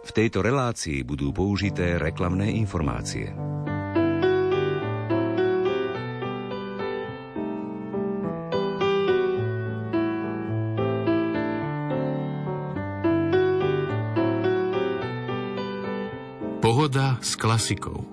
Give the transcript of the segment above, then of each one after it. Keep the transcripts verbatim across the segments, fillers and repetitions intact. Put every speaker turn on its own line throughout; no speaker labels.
V tejto relácii budú použité reklamné informácie.
Pohoda s klasikou.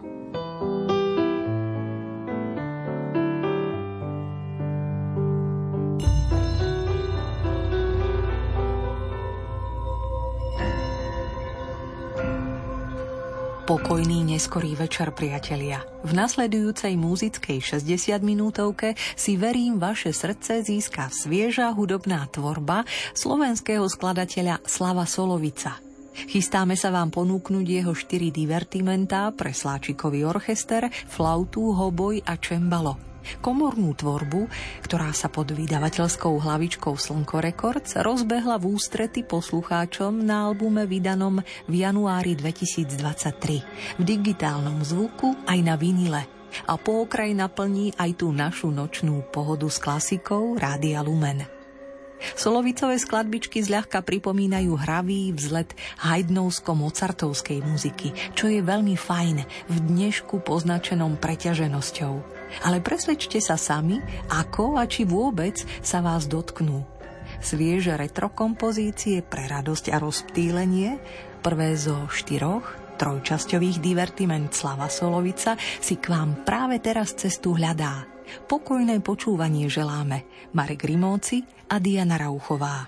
Pokojný neskorý večer, priatelia. V nasledujúcej muzickej šesťdesiatminútovke si verím vaše srdce získa svieža hudobná tvorba slovenského skladateľa Slava Solovica. Chystáme sa vám ponúknuť jeho štyri divertimentá pre sláčikový orchester, flautu, hoboj a čembalo. Komornú tvorbu, ktorá sa pod vydavateľskou hlavičkou Slnko Records rozbehla v ústrety poslucháčom na albume vydanom v januári dvetisícdvadsaťtri, v digitálnom zvuku aj na vinile. A po okraj naplní aj tú našu nočnú pohodu s klasikou Rádia Lumen. Solovicové skladbičky zľahka pripomínajú hravý vzlet haydnovsko-mozartovskej muziky, čo je veľmi fajn v dnešku poznačenom preťaženosťou. Ale presvedčte sa sami, ako a či vôbec sa vás dotknú. Svieže retro kompozície pre radosť a rozptýlenie, prvé zo štyroch trojčasťových divertiment Slava Solovica si k vám práve teraz cestu hľadá. Pokojné počúvanie želáme Marek Rimóci a Diana Rauchová.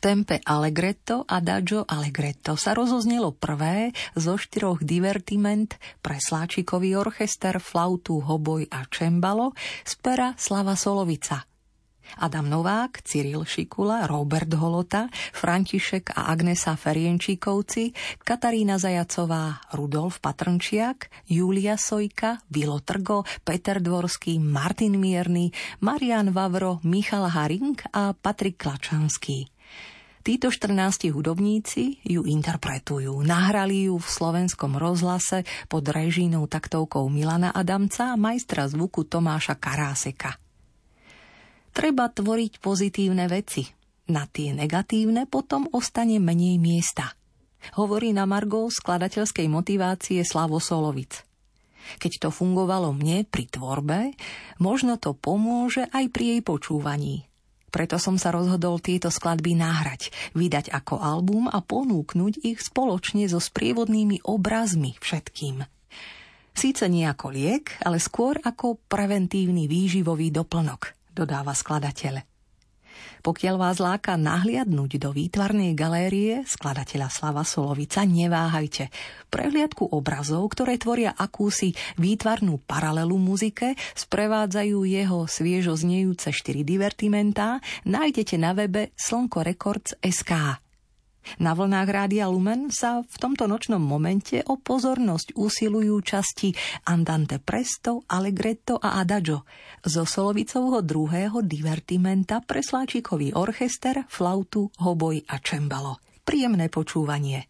tempe allegretto, adagio, allegretto sa rozoznelo prvé zo štyroch divertiment pre sláčikový orchester, flautu, hoboj a čembalo z pera Slava Solovica. Adam Novák, Cyril Šikula, Robert Holota, František a Agnesa Ferienčíkovci, Katarína Zajacová, Rudolf Patrnčiak, Julia Sojka, Vilo Trgo, Peter Dvorský, Martin Mierny, Marian Vavro, Michal Haring a Patrik Klačanský. Títo štrnásti hudobníci ju interpretujú. Nahrali ju v Slovenskom rozhlase pod režijnou taktovkou Milana Adamca a majstra zvuku Tomáša Karáseka. Treba tvoriť pozitívne veci. Na tie negatívne potom ostane menej miesta. Hovorí na margo skladateľskej motivácie Slavo Solovic. Keď to fungovalo mne pri tvorbe, možno to pomôže aj pri jej počúvaní. Preto som sa rozhodol tieto skladby nahrať, vydať ako album a ponúknuť ich spoločne so sprievodnými obrazmi všetkým. Síce nie ako liek, ale skôr ako preventívny výživový doplnok, dodáva skladateľ. Pokiaľ vás láka nahliadnúť do výtvarnej galérie skladateľa Slava Solovica, neváhajte. Prehliadku obrazov, ktoré tvoria akúsi výtvarnú paralelu muzike, sprevádzajú jeho sviežo znejúce štyri divertimentá, nájdete na webe slnko records bodka es ká. Na vlnách Rádia Lumen sa v tomto nočnom momente o pozornosť usilujú časti Andante presto, allegretto a adagio zo Solovicovho druhého divertimenta pre sláčikový orchester, flautu, hoboj a čembalo. Príjemné počúvanie.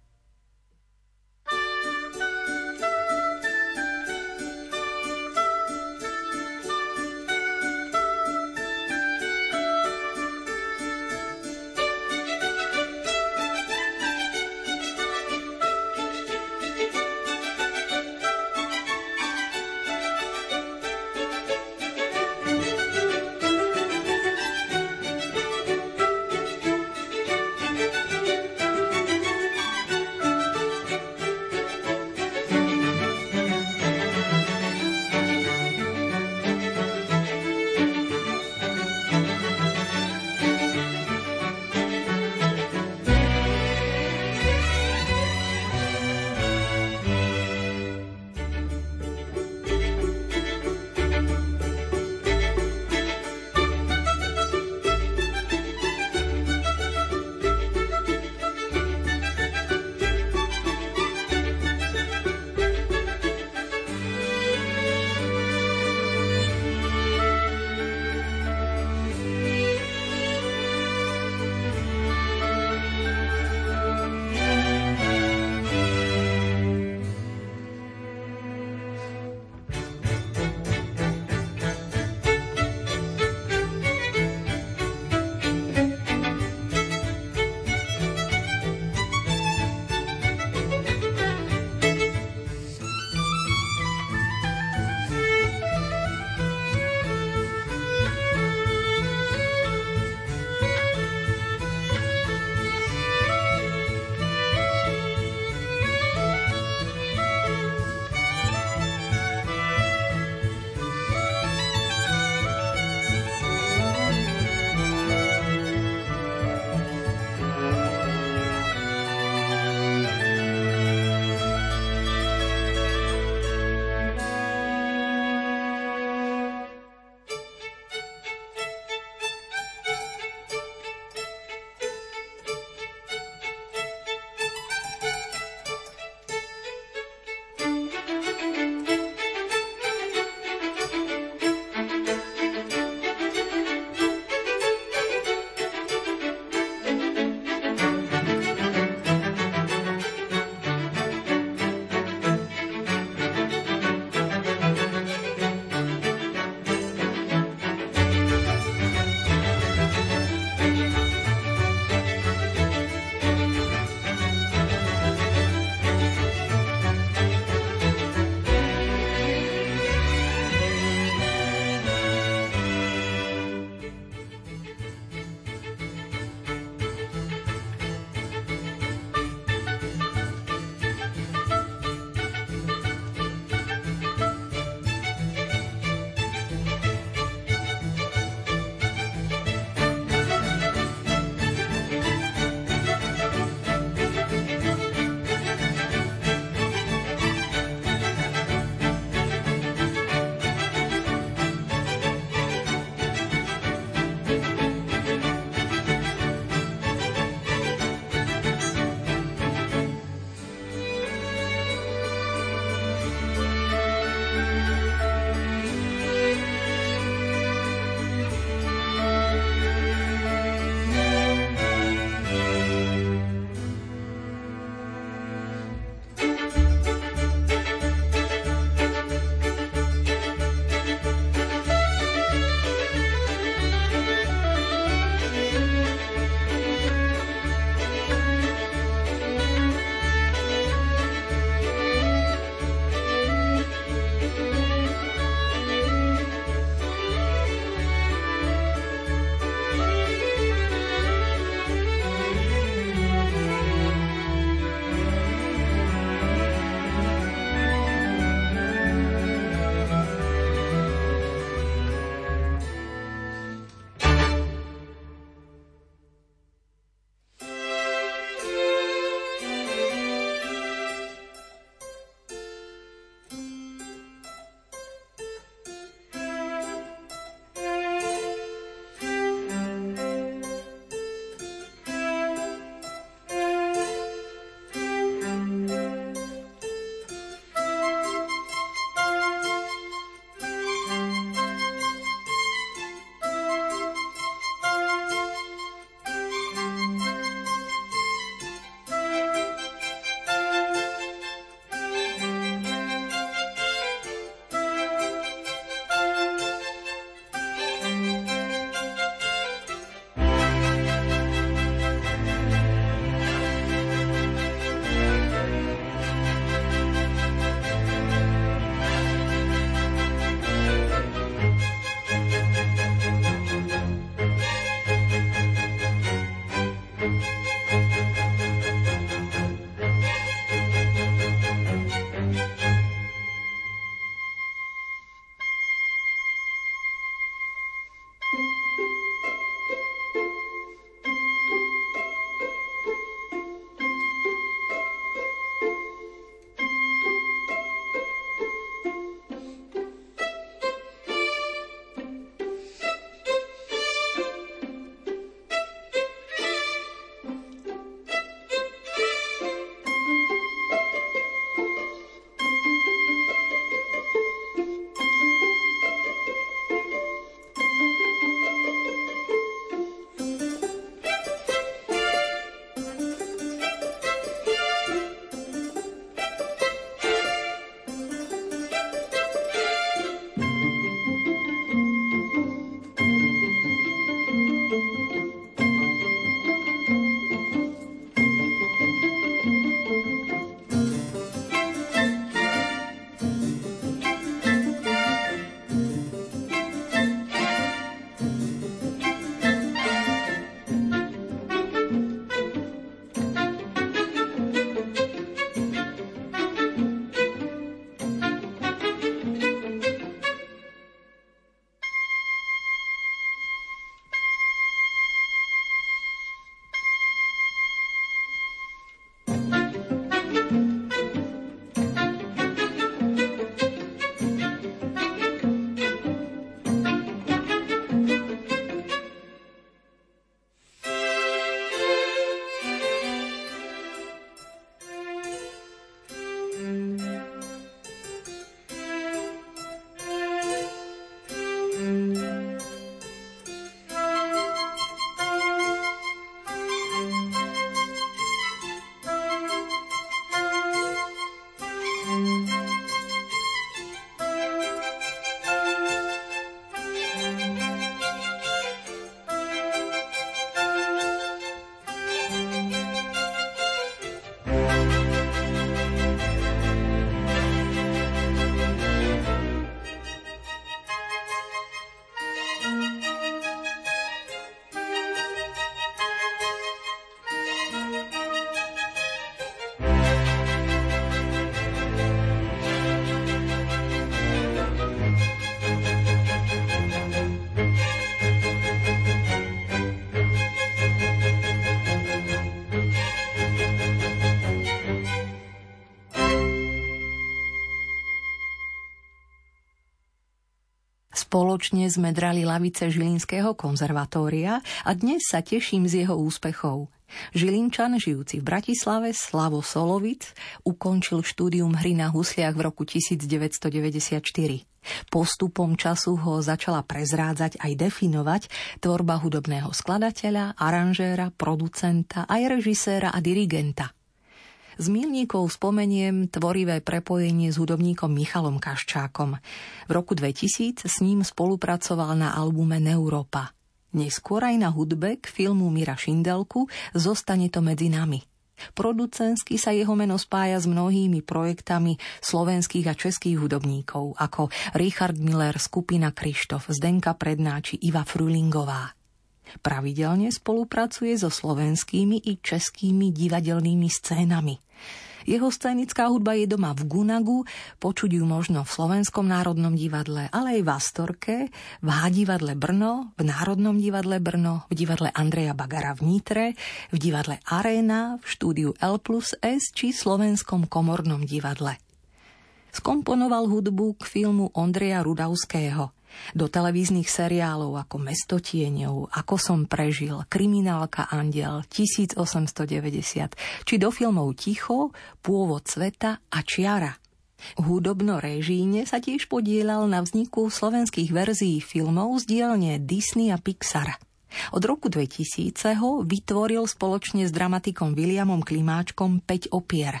Spoločne sme drali lavice Žilinského konzervatória a dnes sa teším z jeho úspechov. Žilinčan, žijúci v Bratislave, Slavo Solovic, ukončil štúdium hry na husliach v roku devätnásťstodeväťdesiatštyri. Postupom času ho začala prezrádzať aj definovať tvorba hudobného skladateľa, aranžéra, producenta, aj režiséra a dirigenta. Z milníkov spomeniem tvorivé prepojenie s hudobníkom Michalom Kaščákom. V roku dvetisíc s ním spolupracoval na albume Neurópa. Neskôr aj na hudbe k filmu Mira Šindelku Zostane to medzi nami. Producentsky sa jeho meno spája s mnohými projektami slovenských a českých hudobníkov, ako Richard Miller, skupina Krištof, Zdenka Predná či Iva Frulingová. Pravidelne spolupracuje so slovenskými i českými divadelnými scénami. Jeho scénická hudba je doma v Gunagu, počuť ju možno v Slovenskom národnom divadle, ale aj v Astorke, v H-divadle Brno, v Národnom divadle Brno, v divadle Andreja Bagara v Nitre, v divadle Aréna, v štúdiu L plus S či Slovenskom komornom divadle. Skomponoval hudbu k filmu Ondreja Rudavského, do televíznych seriálov ako Mesto tieňov, Ako som prežil, Kriminálka Andiel, tisícosemstodeväťdesiat, či do filmov Ticho, Pôvod sveta a Čiara. Hudobno-réžíne sa tiež podieľal na vzniku slovenských verzií filmov z dielne Disney a Pixar. Od roku dvetisíc ho vytvoril spoločne s dramatikom Williamom Klimáčkom päť opier.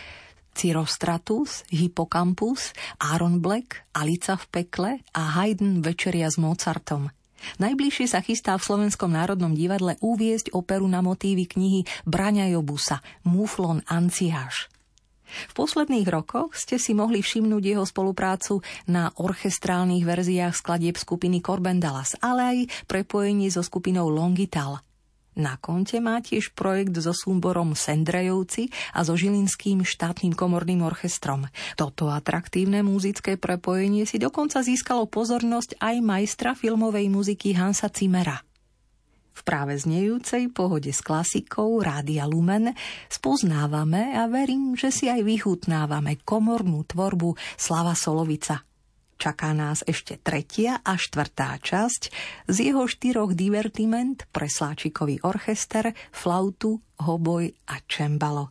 Cirostratus, Hippocampus, Aaron Black, Alica v pekle a Haydn Večeria s Mozartom. Najbližšie sa chystá v Slovenskom národnom divadle uviesť operu na motívy knihy Braňa Jobusa Muflon Anciáš. V posledných rokoch ste si mohli všimnúť jeho spoluprácu na orchestrálnych verziách skladieb skupiny Corben Dallas, ale aj prepojenie so skupinou Longital. Na konte má tiež projekt so súborom Sendrejovci a so Žilinským štátnym komorným orchestrom. Toto atraktívne muzické prepojenie si dokonca získalo pozornosť aj majstra filmovej muziky Hansa Zimmera. V práve znejúcej Pohode s klasikou Rádia Lumen spoznávame a verím, že si aj vychutnávame komornú tvorbu Slava Solovica. Čaká nás ešte tretia a štvrtá časť z jeho štyroch divertiment pre sláčikový orchester, flautu, hoboj a čembalo.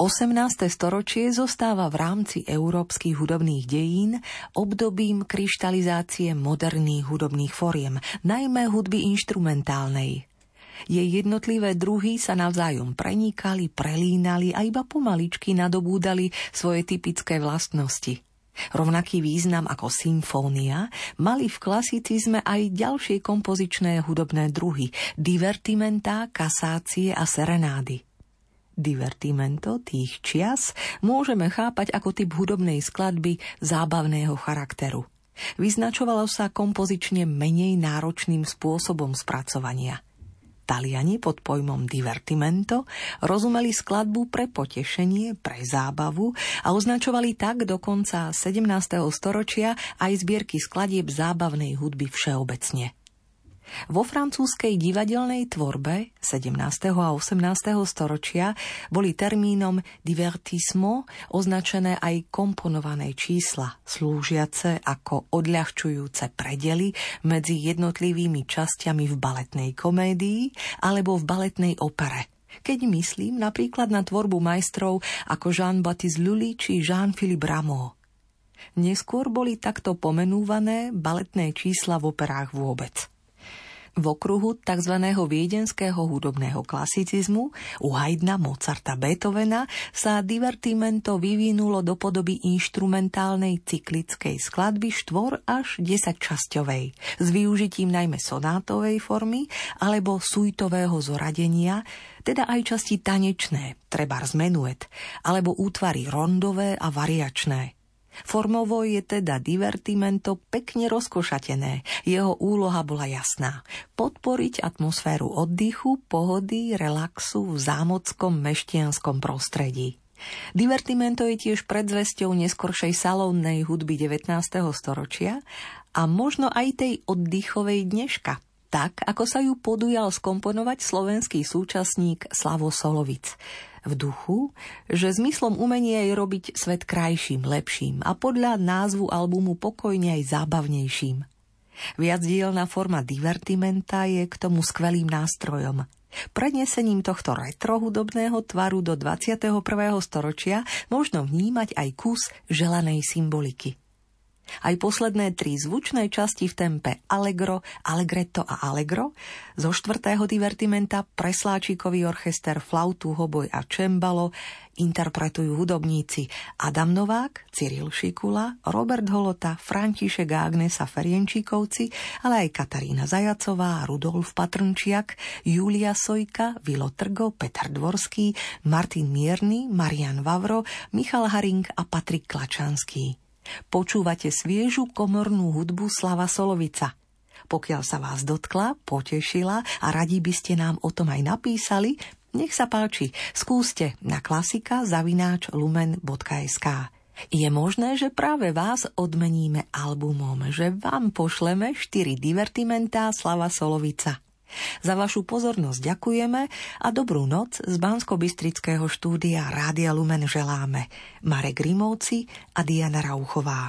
osemnáste storočie zostáva v rámci európskych hudobných dejín obdobím kryštalizácie moderných hudobných foriem, najmä hudby inštrumentálnej. Jej jednotlivé druhy sa navzájom prenikali, prelínali a iba pomaličky nadobúdali svoje typické vlastnosti. Rovnaký význam ako symfónia mali v klasicizme aj ďalšie kompozičné hudobné druhy, divertimentá, kasácie a serenády. Divertimento tých čias môžeme chápať ako typ hudobnej skladby zábavného charakteru. Vyznačovalo sa kompozične menej náročným spôsobom spracovania. Taliani pod pojmom divertimento rozumeli skladbu pre potešenie, pre zábavu a označovali tak do konca sedemnásteho storočia aj zbierky skladieb zábavnej hudby všeobecne. Vo francúzskej divadelnej tvorbe sedemnásteho a osemnásteho storočia boli termínom divertissement označené aj komponované čísla, slúžiace ako odľahčujúce predely medzi jednotlivými časťami v baletnej komédii alebo v baletnej opere. Keď myslím napríklad na tvorbu majstrov ako Jean-Baptiste Lully či Jean-Philippe Rameau. Neskôr boli takto pomenúvané baletné čísla v operách vôbec. V okruhu tzv. Viedenského hudobného klasicizmu u Haydna, Mozarta, Beethovena sa divertimento vyvinulo do podoby inštrumentálnej cyklickej skladby štvor až desaťčasťovej s využitím najmä sonátovej formy alebo suitového zoradenia, teda aj časti tanečné, trebárs menuet, alebo útvary rondové a variačné. Formovo je teda divertimento pekne rozkošatené. Jeho úloha bola jasná. Podporiť atmosféru oddychu, pohody, relaxu v zámockom meštianskom prostredí. Divertimento je tiež predzvesťou neskoršej salónnej hudby devätnásteho storočia a možno aj tej oddychovej dneška, tak ako sa ju podujal skomponovať slovenský súčasník Slavo Solovic. V duchu, že zmyslom umenia je robiť svet krajším, lepším a podľa názvu albumu pokojne aj zábavnejším. Viacdielna forma divertimenta je k tomu skvelým nástrojom. Prenesením tohto retrohudobného tvaru do dvadsiateho prvého storočia možno vnímať aj kus želanej symboliky. Aj posledné tri zvučné časti v tempe allegro, allegretto a allegro zo štvrtého divertimenta pre sláčikový orchester, flautu, hoboj a čembalo interpretujú hudobníci Adam Novák, Cyril Šikula, Robert Holota, František a Agnesa Ferienčíkovci, ale aj Katarína Zajacová, Rudolf Patrnčiak, Julia Sojka, Vilo Trgo, Peter Dvorský, Martin Mierny, Marian Vavro, Michal Haring a Patrik Klačanský. Počúvate sviežu komornú hudbu Slava Solovica. Pokiaľ sa vás dotkla, potešila a radi by ste nám o tom aj napísali, nech sa páči, skúste na klasika zavináč lumen bodka es ká. Je možné, že práve vás odmeníme albumom, že vám pošleme štyri divertimentá Slava Solovica. Za vašu pozornosť ďakujeme a dobrú noc z Banskobystrického štúdia Rádia Lumen želáme Marek Rimovci a Diana Rauchová.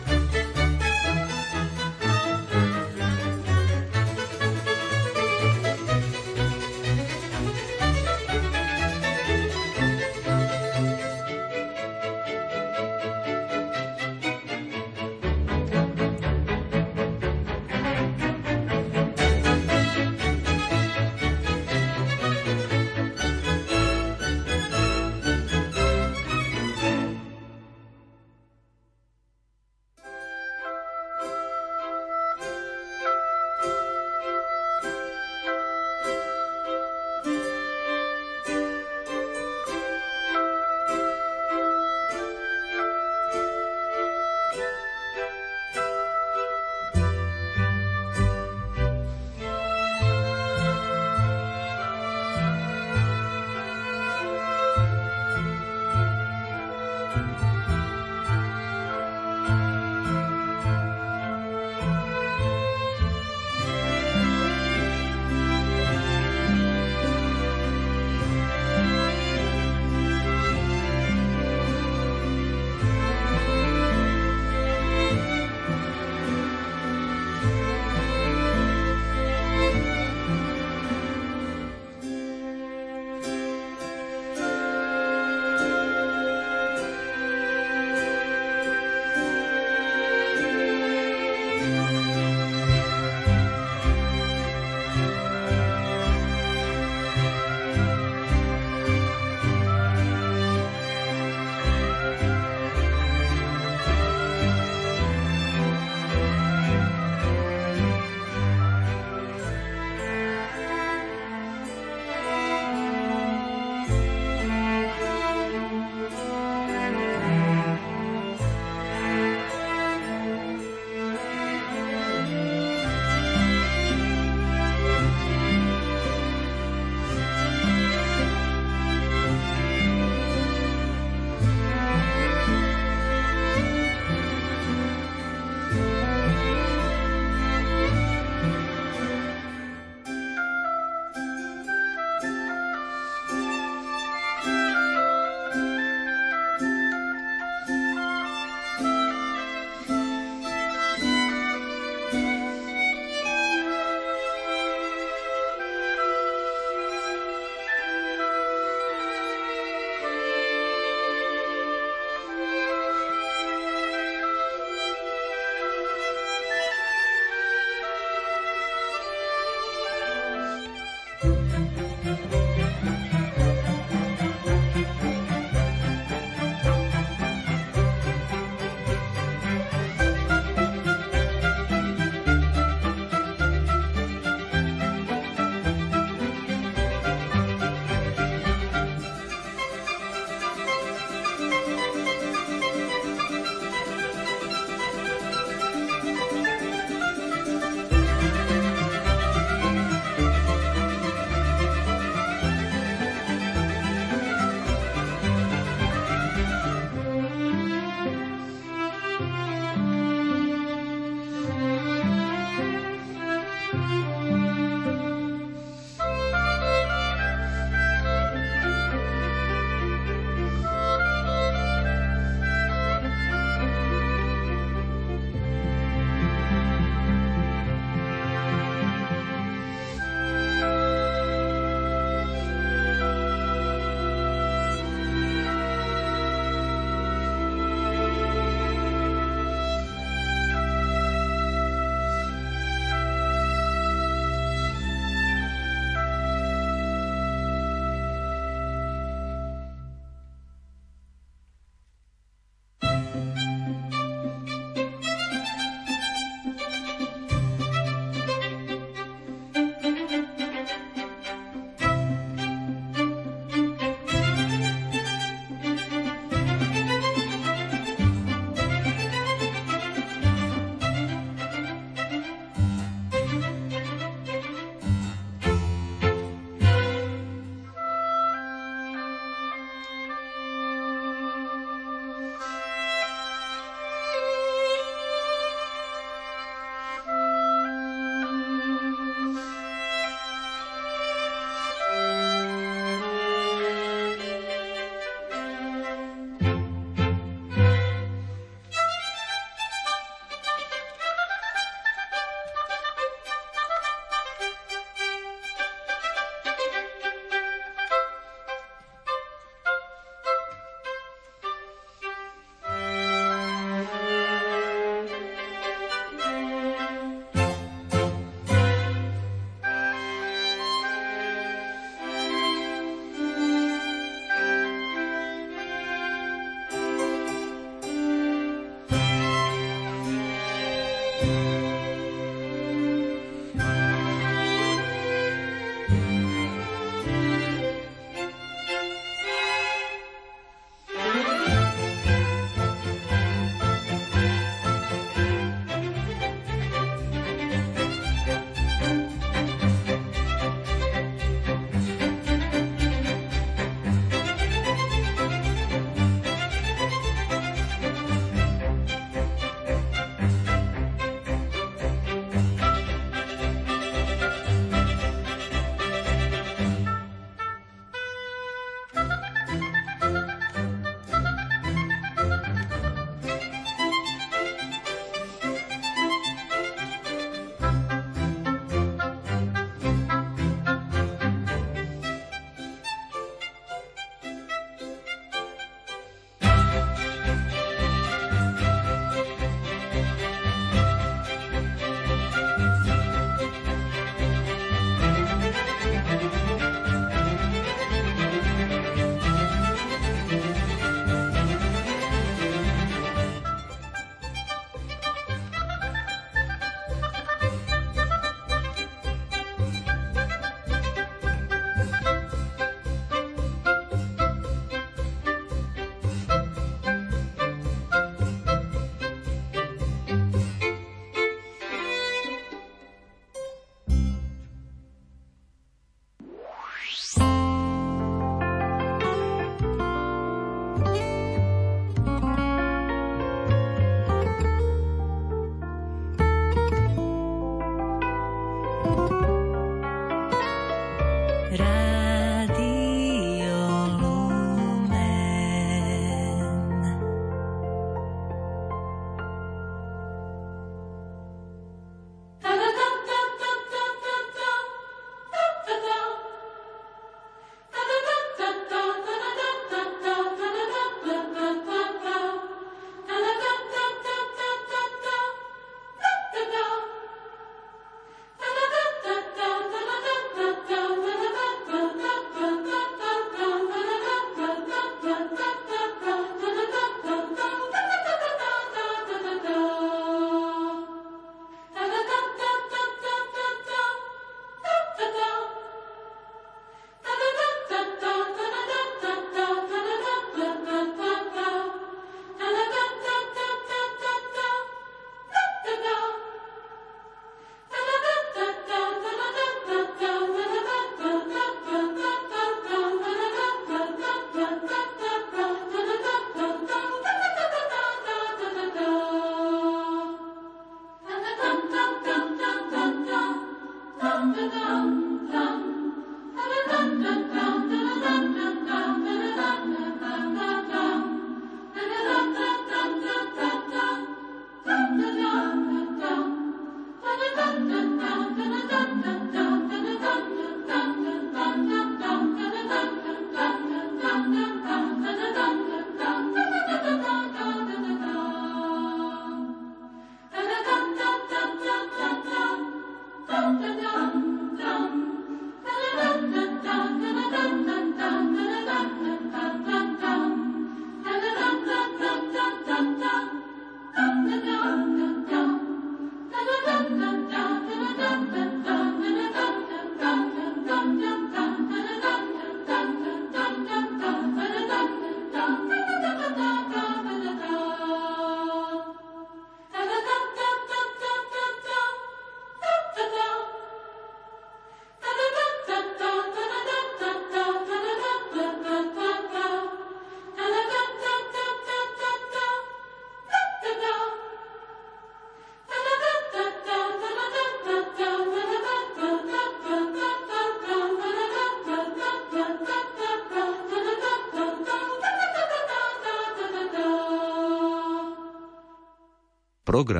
Program